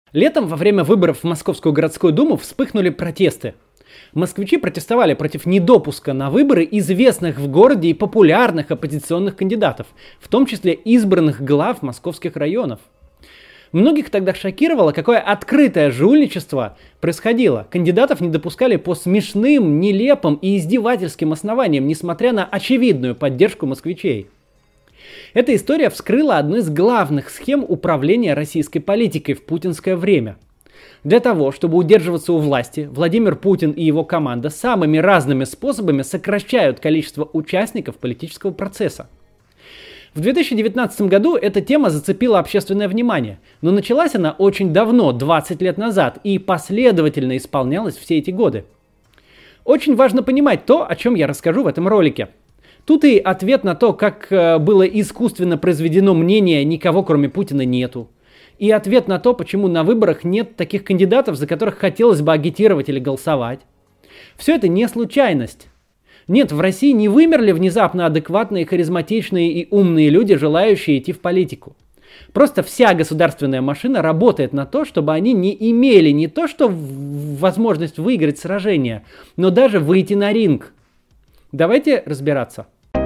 Летом во время выборов в Московскую городскую думу вспыхнули протесты. Москвичи протестовали против недопуска на выборы известных в городе и популярных оппозиционных кандидатов, в том числе избранных глав московских районов. Многих тогда шокировало, какое открытое жульничество происходило. Кандидатов не допускали по смешным, нелепым и издевательским основаниям, несмотря на очевидную поддержку москвичей. Эта история вскрыла одну из главных схем управления российской политикой в путинское время. Для того, чтобы удерживаться у власти, Владимир Путин и его команда самыми разными способами сокращают количество участников политического процесса. В 2019 году эта тема зацепила общественное внимание, но началась она очень давно, 20 лет назад, и последовательно исполнялась все эти годы. Очень важно понимать то, о чем я расскажу в этом ролике. Тут и ответ на то, как было искусственно произведено мнение «никого кроме Путина нету», и ответ на то, почему на выборах нет таких кандидатов, за которых хотелось бы агитировать или голосовать. Все это не случайность. Нет, в России не вымерли внезапно адекватные, харизматичные и умные люди, желающие идти в политику. Просто вся государственная машина работает на то, чтобы они не имели не то что возможность выиграть сражение, но даже выйти на ринг. Давайте разбираться.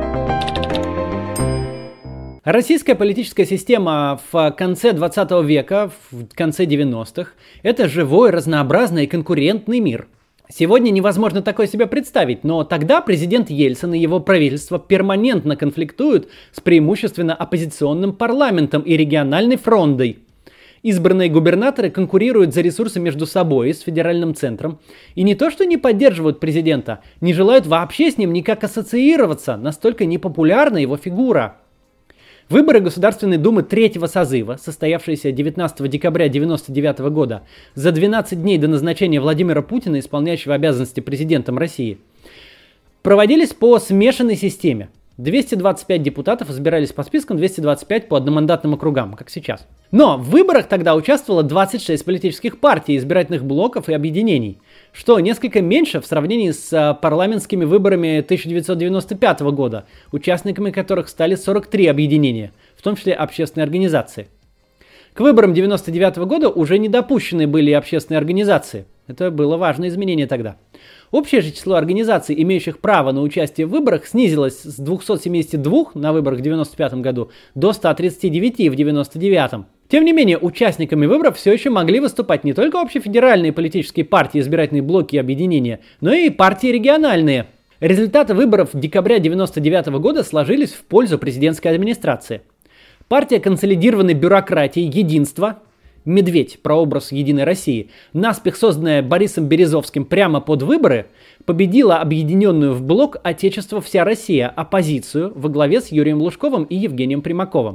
Российская политическая система в конце 20 века, в конце 90-х, это живой, разнообразный и конкурентный мир. Сегодня невозможно такое себе представить, но тогда президент Ельцин и его правительство перманентно конфликтуют с преимущественно оппозиционным парламентом и региональной фрондой. Избранные губернаторы конкурируют за ресурсы между собой и с федеральным центром. И не то что не поддерживают президента, не желают вообще с ним никак ассоциироваться, настолько непопулярна его фигура. Выборы Государственной Думы третьего созыва, состоявшиеся 19 декабря 1999 года, за 12 дней до назначения Владимира Путина, исполняющего обязанности президентом России, проводились по смешанной системе. 225 депутатов избирались по спискам, 225 по одномандатным округам, как сейчас. Но в выборах тогда участвовало 26 политических партий, избирательных блоков и объединений, что несколько меньше в сравнении с парламентскими выборами 1995 года, участниками которых стали 43 объединения, в том числе общественные организации. К выборам 1999 года уже не допущены были общественные организации. Это было важное изменение тогда. Общее же число организаций, имеющих право на участие в выборах, снизилось с 272 на выборах в 1995 году до 139 в 1999. Тем не менее, участниками выборов все еще могли выступать не только общефедеральные политические партии, избирательные блоки и объединения, но и партии региональные. Результаты выборов декабря 1999 года сложились в пользу президентской администрации. Партия консолидированной бюрократии «Единство», «Медведь», прообраз Единой России, наспех созданная Борисом Березовским прямо под выборы, победила объединенную в блок «Отечество. Вся Россия» оппозицию во главе с Юрием Лужковым и Евгением Примаковым.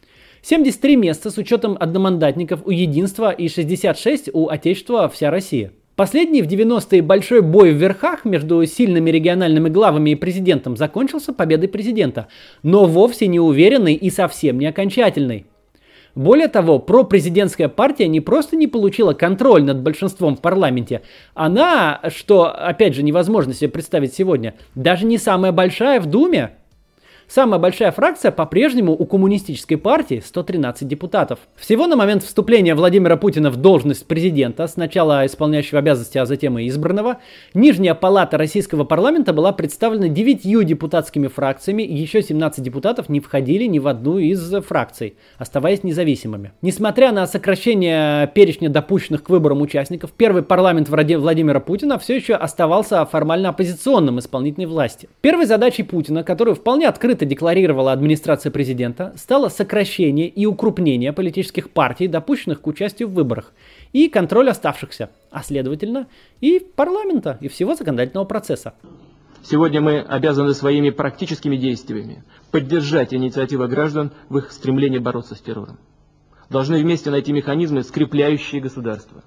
73 места с учетом одномандатников у «Единства» и 66 у «Отечества. Вся Россия». Последний в 90-е большой бой в верхах между сильными региональными главами и президентом закончился победой президента, но вовсе не уверенной и совсем не окончательной. Более того, пропрезидентская партия не просто не получила контроль над большинством в парламенте, она, что опять же невозможно себе представить сегодня, даже не самая большая в Думе. Самая большая фракция по-прежнему у коммунистической партии 113 депутатов. Всего на момент вступления Владимира Путина в должность президента, сначала исполняющего обязанности, а затем и избранного, Нижняя палата российского парламента была представлена 9 депутатскими фракциями, и еще 17 депутатов не входили ни в одну из фракций, оставаясь независимыми. Несмотря на сокращение перечня допущенных к выборам участников, первый парламент Владимира Путина все еще оставался формально оппозиционным исполнительной власти. Первой задачей Путина, которую вполне открыто декларировала администрация президента, стало сокращение и укрупнение политических партий, допущенных к участию в выборах, и контроль оставшихся, а следовательно и парламента, и всего законодательного процесса. Сегодня мы обязаны своими практическими действиями поддержать инициативы граждан в их стремлении бороться с террором. Должны вместе найти механизмы, скрепляющие государство.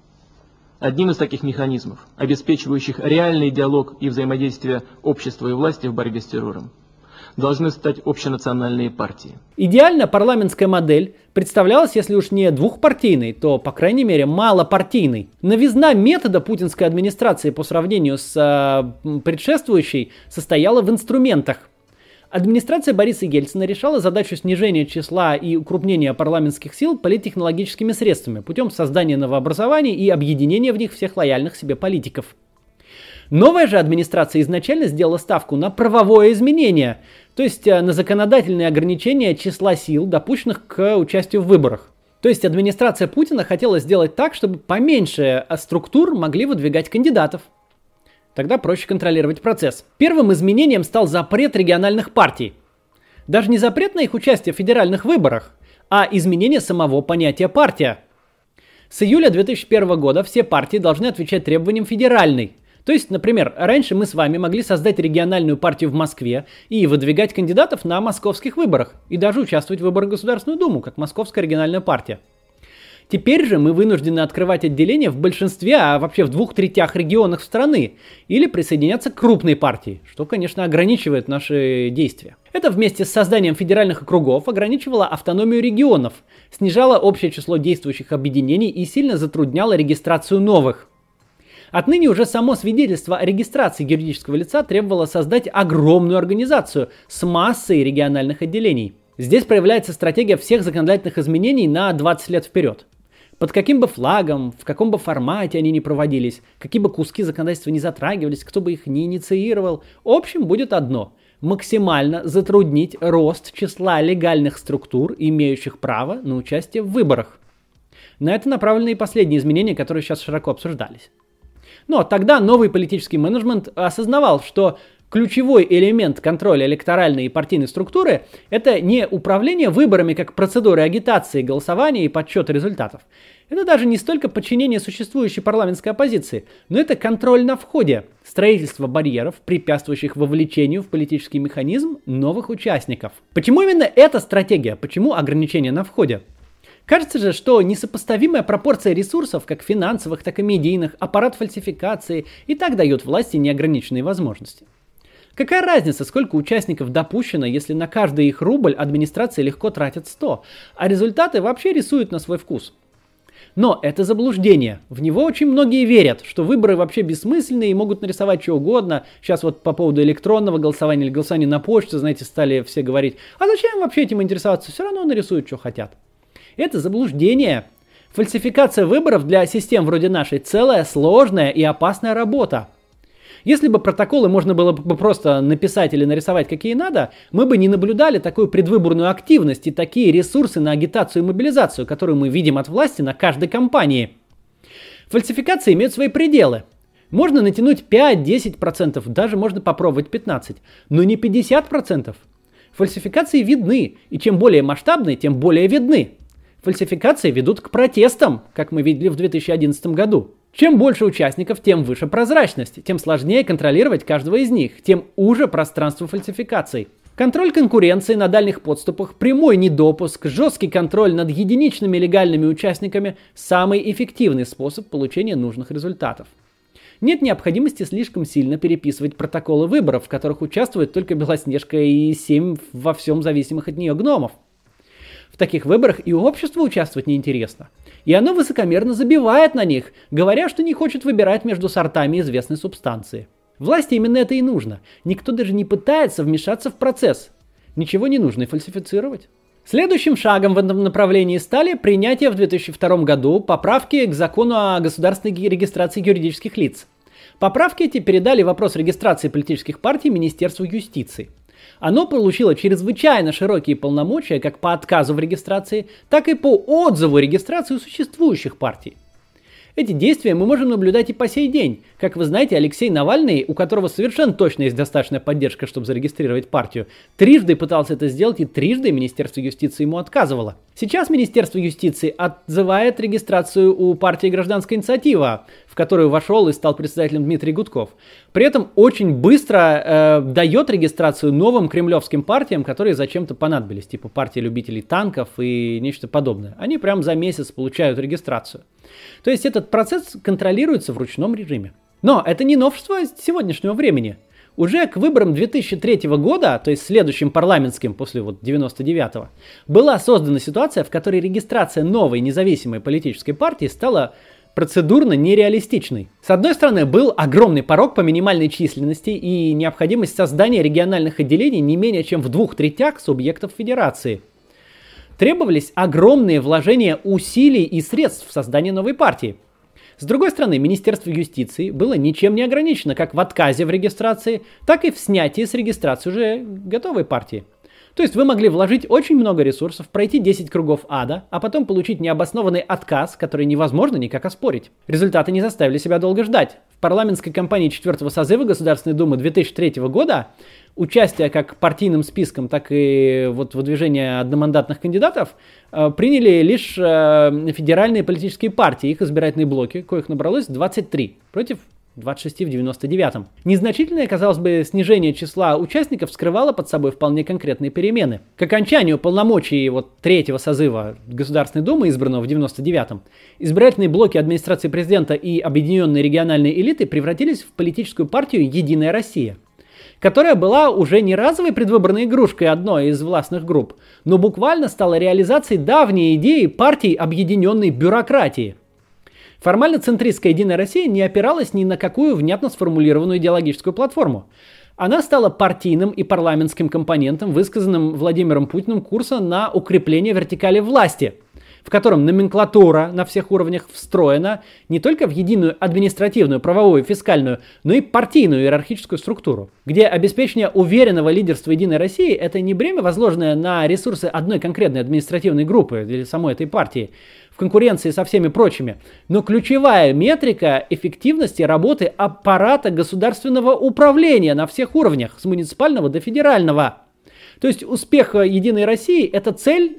Одним из таких механизмов, обеспечивающих реальный диалог и взаимодействие общества и власти в борьбе с террором, должны стать общенациональные партии. Идеально парламентская модель представлялась, если уж не двухпартийной, то, по крайней мере, малопартийной. Новизна метода путинской администрации по сравнению с предшествующей состояла в инструментах. Администрация Бориса Ельцина решала задачу снижения числа и укрупнения парламентских сил политтехнологическими средствами путем создания новообразований и объединения в них всех лояльных себе политиков. Новая же администрация изначально сделала ставку на правовое изменение, то есть на законодательные ограничения числа сил, допущенных к участию в выборах. То есть администрация Путина хотела сделать так, чтобы поменьше структур могли выдвигать кандидатов. Тогда проще контролировать процесс. Первым изменением стал запрет региональных партий. Даже не запрет на их участие в федеральных выборах, а изменение самого понятия «партия». С июля 2001 года все партии должны отвечать требованиям федеральной. То есть, например, раньше мы с вами могли создать региональную партию в Москве и выдвигать кандидатов на московских выборах, и даже участвовать в выборах в Государственную Думу, как Московская региональная партия. Теперь же мы вынуждены открывать отделения в большинстве, а вообще в 2/3 регионах страны, или присоединяться к крупной партии, что, конечно, ограничивает наши действия. Это вместе с созданием федеральных округов ограничивало автономию регионов, снижало общее число действующих объединений и сильно затрудняло регистрацию новых. Отныне уже само свидетельство о регистрации юридического лица требовало создать огромную организацию с массой региональных отделений. Здесь проявляется стратегия всех законодательных изменений на 20 лет вперед. Под каким бы флагом, в каком бы формате они ни проводились, какие бы куски законодательства не затрагивались, кто бы их не инициировал, общим будет одно – максимально затруднить рост числа легальных структур, имеющих право на участие в выборах. На это направлены и последние изменения, которые сейчас широко обсуждались. Но тогда новый политический менеджмент осознавал, что ключевой элемент контроля электоральной и партийной структуры – это не управление выборами как процедурой агитации, голосования и подсчета результатов. Это даже не столько подчинение существующей парламентской оппозиции, но это контроль на входе, строительство барьеров, препятствующих вовлечению в политический механизм новых участников. Почему именно эта стратегия? Почему ограничения на входе? Кажется же, что несопоставимая пропорция ресурсов, как финансовых, так и медийных, аппарат фальсификации и так дает власти неограниченные возможности. Какая разница, сколько участников допущено, если на каждый их рубль администрация легко тратит 100, а результаты вообще рисуют на свой вкус? Но это заблуждение. В него очень многие верят, что выборы вообще бессмысленные и могут нарисовать что угодно. Сейчас вот по поводу электронного голосования или голосования на почту, знаете, стали все говорить, а зачем вообще этим интересоваться, все равно нарисуют, что хотят. Это заблуждение. Фальсификация выборов для систем вроде нашей целая, сложная и опасная работа. Если бы протоколы можно было бы просто написать или нарисовать какие надо, мы бы не наблюдали такую предвыборную активность и такие ресурсы на агитацию и мобилизацию, которую мы видим от власти на каждой кампании. Фальсификации имеют свои пределы. Можно натянуть 5-10%, даже можно попробовать 15%, но не 50%. Фальсификации видны, и чем более масштабные, тем более видны. Фальсификации ведут к протестам, как мы видели в 2011 году. Чем больше участников, тем выше прозрачность, тем сложнее контролировать каждого из них, тем уже пространство фальсификаций. Контроль конкуренции на дальних подступах, прямой недопуск, жесткий контроль над единичными легальными участниками – самый эффективный способ получения нужных результатов. Нет необходимости слишком сильно переписывать протоколы выборов, в которых участвует только Белоснежка и 7 во всем зависимых от нее гномов. В таких выборах и обществу участвовать неинтересно. И оно высокомерно забивает на них, говоря, что не хочет выбирать между сортами известной субстанции. Власти именно это и нужно. Никто даже не пытается вмешаться в процесс. Ничего не нужно и фальсифицировать. Следующим шагом в этом направлении стали принятие в 2002 году поправки к закону о государственной регистрации юридических лиц. Поправки эти передали вопрос регистрации политических партий Министерству юстиции. Оно получило чрезвычайно широкие полномочия как по отказу в регистрации, так и по отзыву регистрации существующих партий. Эти действия мы можем наблюдать и по сей день. Как вы знаете, Алексей Навальный, у которого совершенно точно есть достаточная поддержка, чтобы зарегистрировать партию, трижды пытался это сделать, и трижды Министерство юстиции ему отказывало. Сейчас Министерство юстиции отзывает регистрацию у партии «Гражданская инициатива», в которую вошел и стал председателем Дмитрий Гудков. При этом очень быстро дает регистрацию новым кремлевским партиям, которые зачем-то понадобились, типа партии любителей танков и нечто подобное. Они прям за месяц получают регистрацию. То есть этот процесс контролируется в ручном режиме. Но это не новшество сегодняшнего времени. Уже к выборам 2003 года, то есть следующим парламентским после 99-го, была создана ситуация, в которой регистрация новой независимой политической партии стала процедурно нереалистичной. С одной стороны, был огромный порог по минимальной численности и необходимость создания региональных отделений не менее чем в 2/3 субъектов федерации. Требовались огромные вложения усилий и средств в создание новой партии. С другой стороны, Министерство юстиции было ничем не ограничено как в отказе в регистрации, так и в снятии с регистрации уже готовой партии. То есть вы могли вложить очень много ресурсов, пройти 10 кругов ада, а потом получить необоснованный отказ, который невозможно никак оспорить. Результаты не заставили себя долго ждать. В парламентской кампании 4-го созыва Государственной Думы 2003 года участие как партийным списком, так и выдвижение одномандатных кандидатов приняли лишь федеральные политические партии, их избирательные блоки, коих набралось 23 против 26 в 99-м. Незначительное, казалось бы, снижение числа участников скрывало под собой вполне конкретные перемены. К окончанию полномочий 3-го созыва Государственной Думы, избранного в 99-м, избирательные блоки администрации президента и объединенные региональные элиты превратились в политическую партию «Единая Россия», которая была уже не разовой предвыборной игрушкой одной из властных групп, но буквально стала реализацией давней идеи партии объединенной бюрократии. Формально центристская «Единая Россия» не опиралась ни на какую внятно сформулированную идеологическую платформу. Она стала партийным и парламентским компонентом, высказанным Владимиром Путиным курса на укрепление вертикали власти, в котором номенклатура на всех уровнях встроена не только в единую административную, правовую, фискальную, но и партийную иерархическую структуру, где обеспечение уверенного лидерства «Единой России» — это не бремя, возложенное на ресурсы одной конкретной административной группы или самой этой партии, в конкуренции со всеми прочими, но ключевая метрика эффективности работы аппарата государственного управления на всех уровнях, с муниципального до федерального. То есть успех «Единой России» — это цель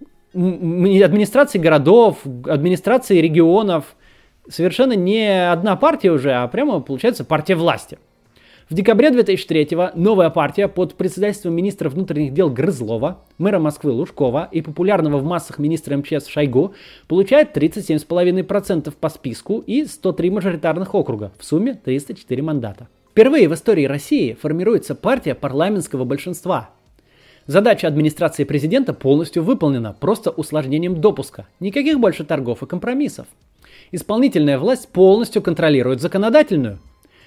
администрации городов, администрации регионов, совершенно не одна партия уже, а прямо получается партия власти. В декабре 2003-го новая партия под председательством министра внутренних дел Грызлова, мэра Москвы Лужкова и популярного в массах министра МЧС Шойгу получает 37,5% по списку и 103 мажоритарных округа, в сумме 304 мандата. Впервые в истории России формируется партия парламентского большинства. Задача администрации президента полностью выполнена, просто усложнением допуска. Никаких больше торгов и компромиссов. Исполнительная власть полностью контролирует законодательную.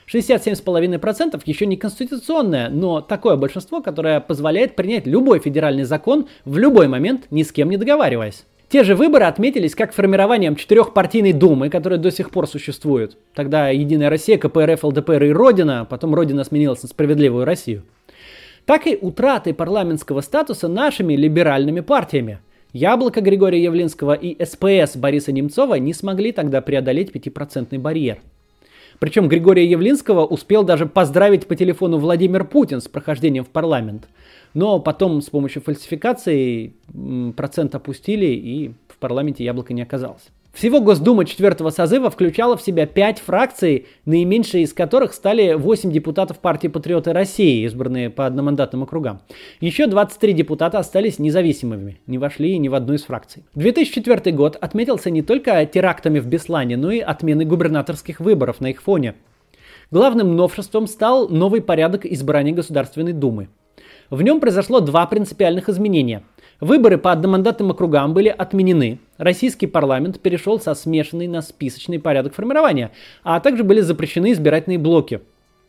67,5% еще не конституционное, но такое большинство, которое позволяет принять любой федеральный закон в любой момент, ни с кем не договариваясь. Те же выборы отметились как формированием 4-партийной думы, которая до сих пор существует. Тогда Единая Россия, КПРФ, ЛДПР и Родина, потом Родина сменилась на Справедливую Россию. Так и утратой парламентского статуса нашими либеральными партиями. Яблоко Григория Явлинского и СПС Бориса Немцова не смогли тогда преодолеть 5% барьер. Причем Григория Явлинского успел даже поздравить по телефону Владимир Путин с прохождением в парламент. Но потом с помощью фальсификации процент опустили, и в парламенте яблоко не оказалось. Всего Госдума 4-го созыва включала в себя 5 фракций, наименьшие из которых стали 8 депутатов партии «Патриоты России», избранные по одномандатным округам. Еще 23 депутата остались независимыми, не вошли ни в одну из фракций. 2004 год отметился не только терактами в Беслане, но и отменой губернаторских выборов на их фоне. Главным новшеством стал новый порядок избрания Государственной Думы. В нем произошло 2 принципиальных изменения. Выборы по одномандатным округам были отменены, российский парламент перешел со смешанный на списочный порядок формирования, а также были запрещены избирательные блоки.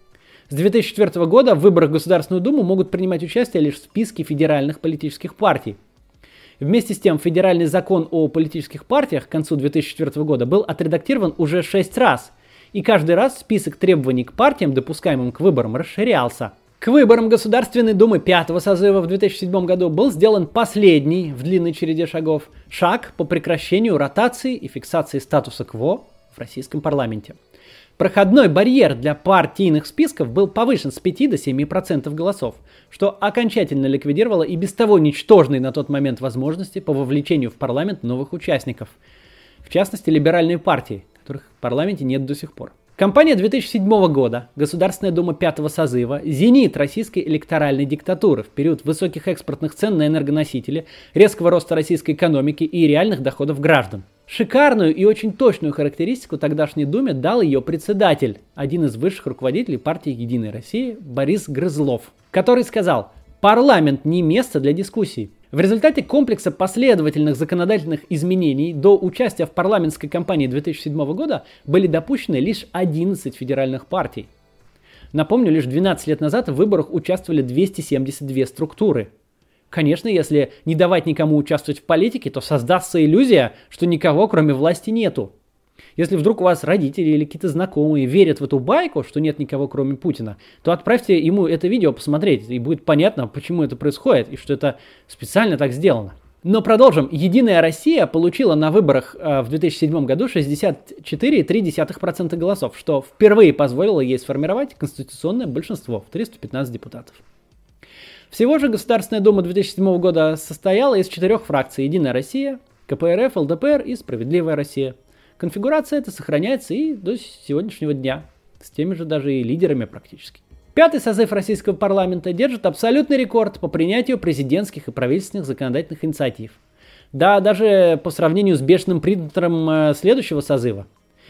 С 2004 года в выборах в Государственную Думу могут принимать участие лишь списки федеральных политических партий. Вместе с тем, федеральный закон о политических партиях к концу 2004 года был отредактирован уже 6 раз, и каждый раз список требований к партиям, допускаемым к выборам, расширялся. К выборам Государственной Думы 5-го созыва в 2007 году был сделан последний в длинной череде шагов шаг по прекращению ротации и фиксации статуса КВО в российском парламенте. Проходной барьер для партийных списков был повышен с 5 до 7% голосов, что окончательно ликвидировало и без того ничтожные на тот момент возможности по вовлечению в парламент новых участников, в частности либеральные партии, которых в парламенте нет до сих пор. Кампания 2007 года, Государственная Дума 5-го созыва, зенит российской электоральной диктатуры в период высоких экспортных цен на энергоносители, резкого роста российской экономики и реальных доходов граждан. Шикарную и очень точную характеристику тогдашней Думе дал ее председатель, один из высших руководителей партии «Единая Россия» Борис Грызлов, который сказал: «Парламент не место для дискуссий. В результате комплекса последовательных законодательных изменений до участия в парламентской кампании 2007 года были допущены лишь 11 федеральных партий. Напомню, лишь 12 лет назад в выборах участвовали 272 структуры. Конечно, если не давать никому участвовать в политике, то создастся иллюзия, что никого кроме власти нету. Если вдруг у вас родители или какие-то знакомые верят в эту байку, что нет никого кроме Путина, то отправьте ему это видео посмотреть, и будет понятно, почему это происходит, и что это специально так сделано. Но продолжим. Единая Россия получила на выборах в 2007 году 64,3% голосов, что впервые позволило ей сформировать конституционное большинство в 315 депутатов. Всего же Государственная Дума 2007 года состояла из 4 фракций: Единая Россия, КПРФ, ЛДПР и Справедливая Россия. Конфигурация эта сохраняется и до сегодняшнего дня, с теми же даже и лидерами практически. 5-й созыв российского парламента держит абсолютный рекорд по принятию президентских и правительственных законодательных инициатив. Да, даже по сравнению с бешеным принтером следующего созыва.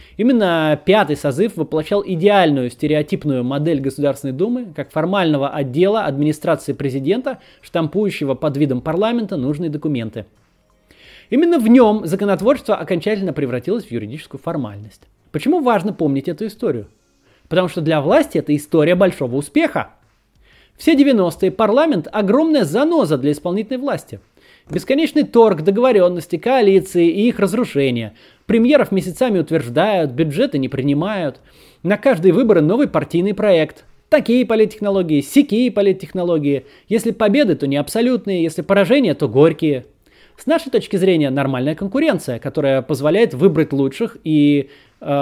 Именно 5-й созыв воплощал идеальную стереотипную модель Государственной Думы как формального отдела администрации президента, штампующего под видом парламента нужные документы. Именно в нем законотворчество окончательно превратилось в юридическую формальность. Почему важно помнить эту историю? Потому что для власти это история большого успеха. Все 90-е парламент – огромная заноза для исполнительной власти. Бесконечный торг, договоренности, коалиции и их разрушение. Премьеров месяцами утверждают, бюджеты не принимают. На каждые выборы новый партийный проект. Такие политтехнологии, сякие политтехнологии. Если победы, то не абсолютные, если поражения, то горькие. С нашей точки зрения, нормальная конкуренция, которая позволяет выбрать лучших и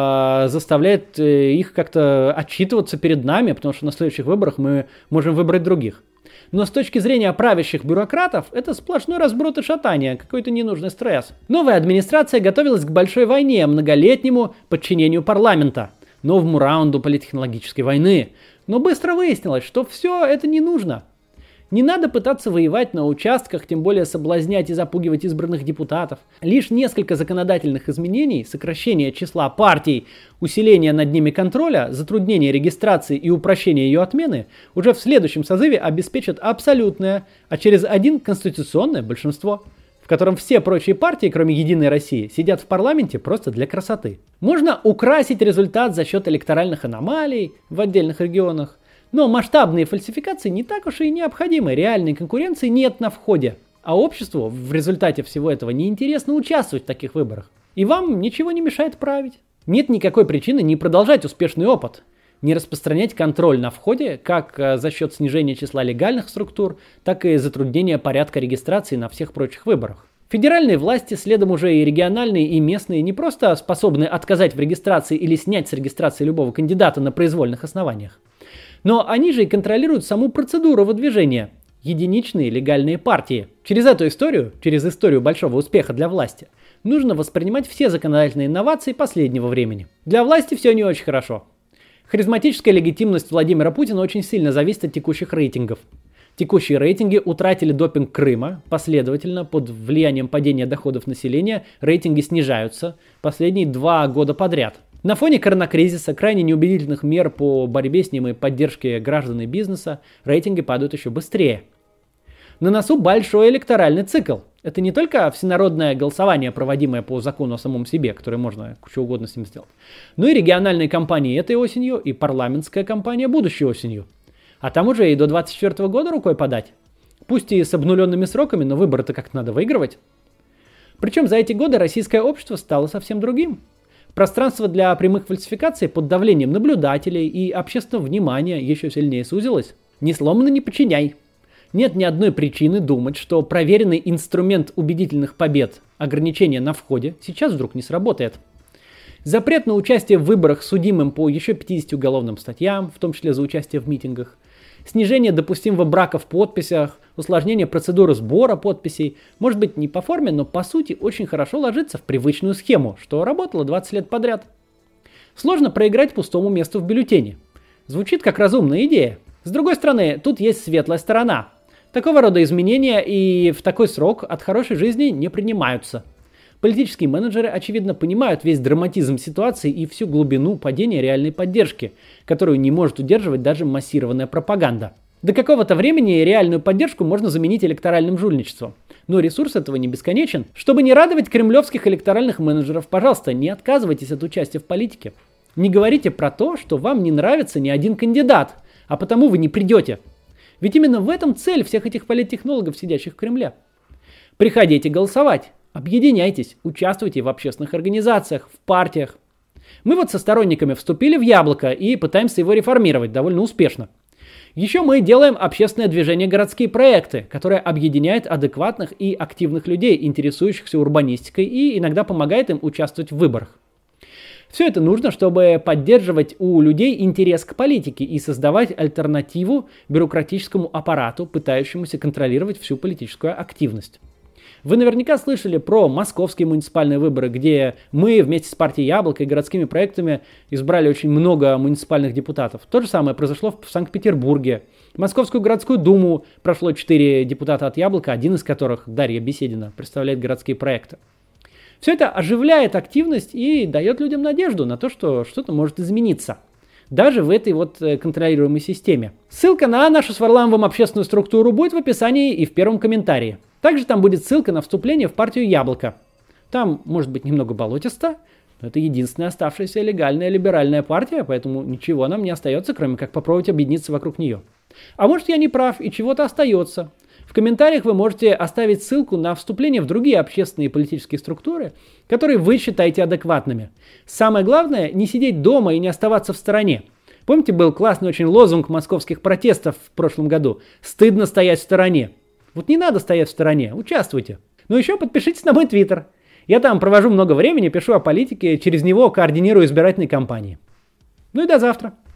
заставляет их как-то отчитываться перед нами, потому что на следующих выборах мы можем выбрать других. Но с точки зрения правящих бюрократов, это сплошной разброд и шатание, какой-то ненужный стресс. Новая администрация готовилась к большой войне, многолетнему подчинению парламента, новому раунду политтехнологической войны. Но быстро выяснилось, что все это не нужно. Не надо пытаться воевать на участках, тем более соблазнять и запугивать избранных депутатов. Лишь несколько законодательных изменений, сокращение числа партий, усиление над ними контроля, затруднение регистрации и упрощение ее отмены уже в следующем созыве обеспечат абсолютное, а через один конституционное большинство, в котором все прочие партии, кроме Единой России, сидят в парламенте просто для красоты. Можно украсить результат за счет электоральных аномалий в отдельных регионах, но масштабные фальсификации не так уж и необходимы, реальной конкуренции нет на входе. А обществу в результате всего этого неинтересно участвовать в таких выборах. И вам ничего не мешает править. Нет никакой причины не продолжать успешный опыт, не распространять контроль на входе как за счет снижения числа легальных структур, так и затруднения порядка регистрации на всех прочих выборах. Федеральные власти, следом уже и региональные, и местные, не просто способны отказать в регистрации или снять с регистрации любого кандидата на произвольных основаниях, но они же и контролируют саму процедуру выдвижения. Единичные легальные партии. Через эту историю, через историю большого успеха для власти, нужно воспринимать все законодательные инновации последнего времени. Для власти все не очень хорошо. Харизматическая легитимность Владимира Путина очень сильно зависит от текущих рейтингов. Текущие рейтинги утратили допинг Крыма. Последовательно, под влиянием падения доходов населения, рейтинги снижаются последние 2 года подряд. На фоне коронакризиса, крайне неубедительных мер по борьбе с ним и поддержке граждан и бизнеса, рейтинги падают еще быстрее. На носу большой электоральный цикл. Это не только всенародное голосование, проводимое по закону о самом себе, которое можно что угодно с ним сделать, но и региональные кампании этой осенью и парламентская кампания будущей осенью. А там уже и до 2024 года рукой подать. Пусть и с обнуленными сроками, но выборы-то как-то надо выигрывать. Причем за эти годы российское общество стало совсем другим. Пространство для прямых фальсификаций под давлением наблюдателей и общественного внимания еще сильнее сузилось. Не сломано, не подчиняй. Нет ни одной причины думать, что проверенный инструмент убедительных побед, ограничения на входе, сейчас вдруг не сработает. Запрет на участие в выборах судимым по еще 50 уголовным статьям, в том числе за участие в митингах, снижение допустимого брака в подписях, усложнение процедуры сбора подписей, может быть не по форме, но по сути очень хорошо ложится в привычную схему, что работало 20 лет подряд. Сложно проиграть пустому месту в бюллетене. Звучит как разумная идея. С другой стороны, тут есть светлая сторона. Такого рода изменения и в такой срок от хорошей жизни не принимаются. Политические менеджеры, очевидно, понимают весь драматизм ситуации и всю глубину падения реальной поддержки, которую не может удерживать даже массированная пропаганда. До какого-то времени реальную поддержку можно заменить электоральным жульничеством. Но ресурс этого не бесконечен. Чтобы не радовать кремлевских электоральных менеджеров, пожалуйста, не отказывайтесь от участия в политике. Не говорите про то, что вам не нравится ни один кандидат, а потому вы не придете. Ведь именно в этом цель всех этих политтехнологов, сидящих в Кремле. Приходите голосовать, объединяйтесь, участвуйте в общественных организациях, в партиях. Мы вот со сторонниками вступили в Яблоко и пытаемся его реформировать довольно успешно. Еще мы делаем общественное движение «Городские проекты», которое объединяет адекватных и активных людей, интересующихся урбанистикой, и иногда помогает им участвовать в выборах. Все это нужно, чтобы поддерживать у людей интерес к политике и создавать альтернативу бюрократическому аппарату, пытающемуся контролировать всю политическую активность. Вы наверняка слышали про московские муниципальные выборы, где мы вместе с партией «Яблоко» и городскими проектами избрали очень много муниципальных депутатов. То же самое произошло в Санкт-Петербурге. В Московскую городскую думу прошло 4 депутата от «Яблока», один из которых, Дарья Беседина, представляет городские проекты. Все это оживляет активность и дает людям надежду на то, что что-то может измениться. Даже в этой вот контролируемой системе. Ссылка на нашу с Варламовым общественную структуру будет в описании и в первом комментарии. Также там будет ссылка на вступление в партию «Яблоко». Там может быть немного болотисто, но это единственная оставшаяся легальная либеральная партия, поэтому ничего нам не остается, кроме как попробовать объединиться вокруг нее. А может, я не прав и чего-то остается. В комментариях вы можете оставить ссылку на вступление в другие общественные и политические структуры, которые вы считаете адекватными. Самое главное, не сидеть дома и не оставаться в стороне. Помните, был классный очень лозунг московских протестов в прошлом году? «Стыдно стоять в стороне». Вот не надо стоять в стороне, участвуйте. Ну еще подпишитесь на мой твиттер. Я там провожу много времени, пишу о политике, через него координирую избирательные кампании. Ну и до завтра.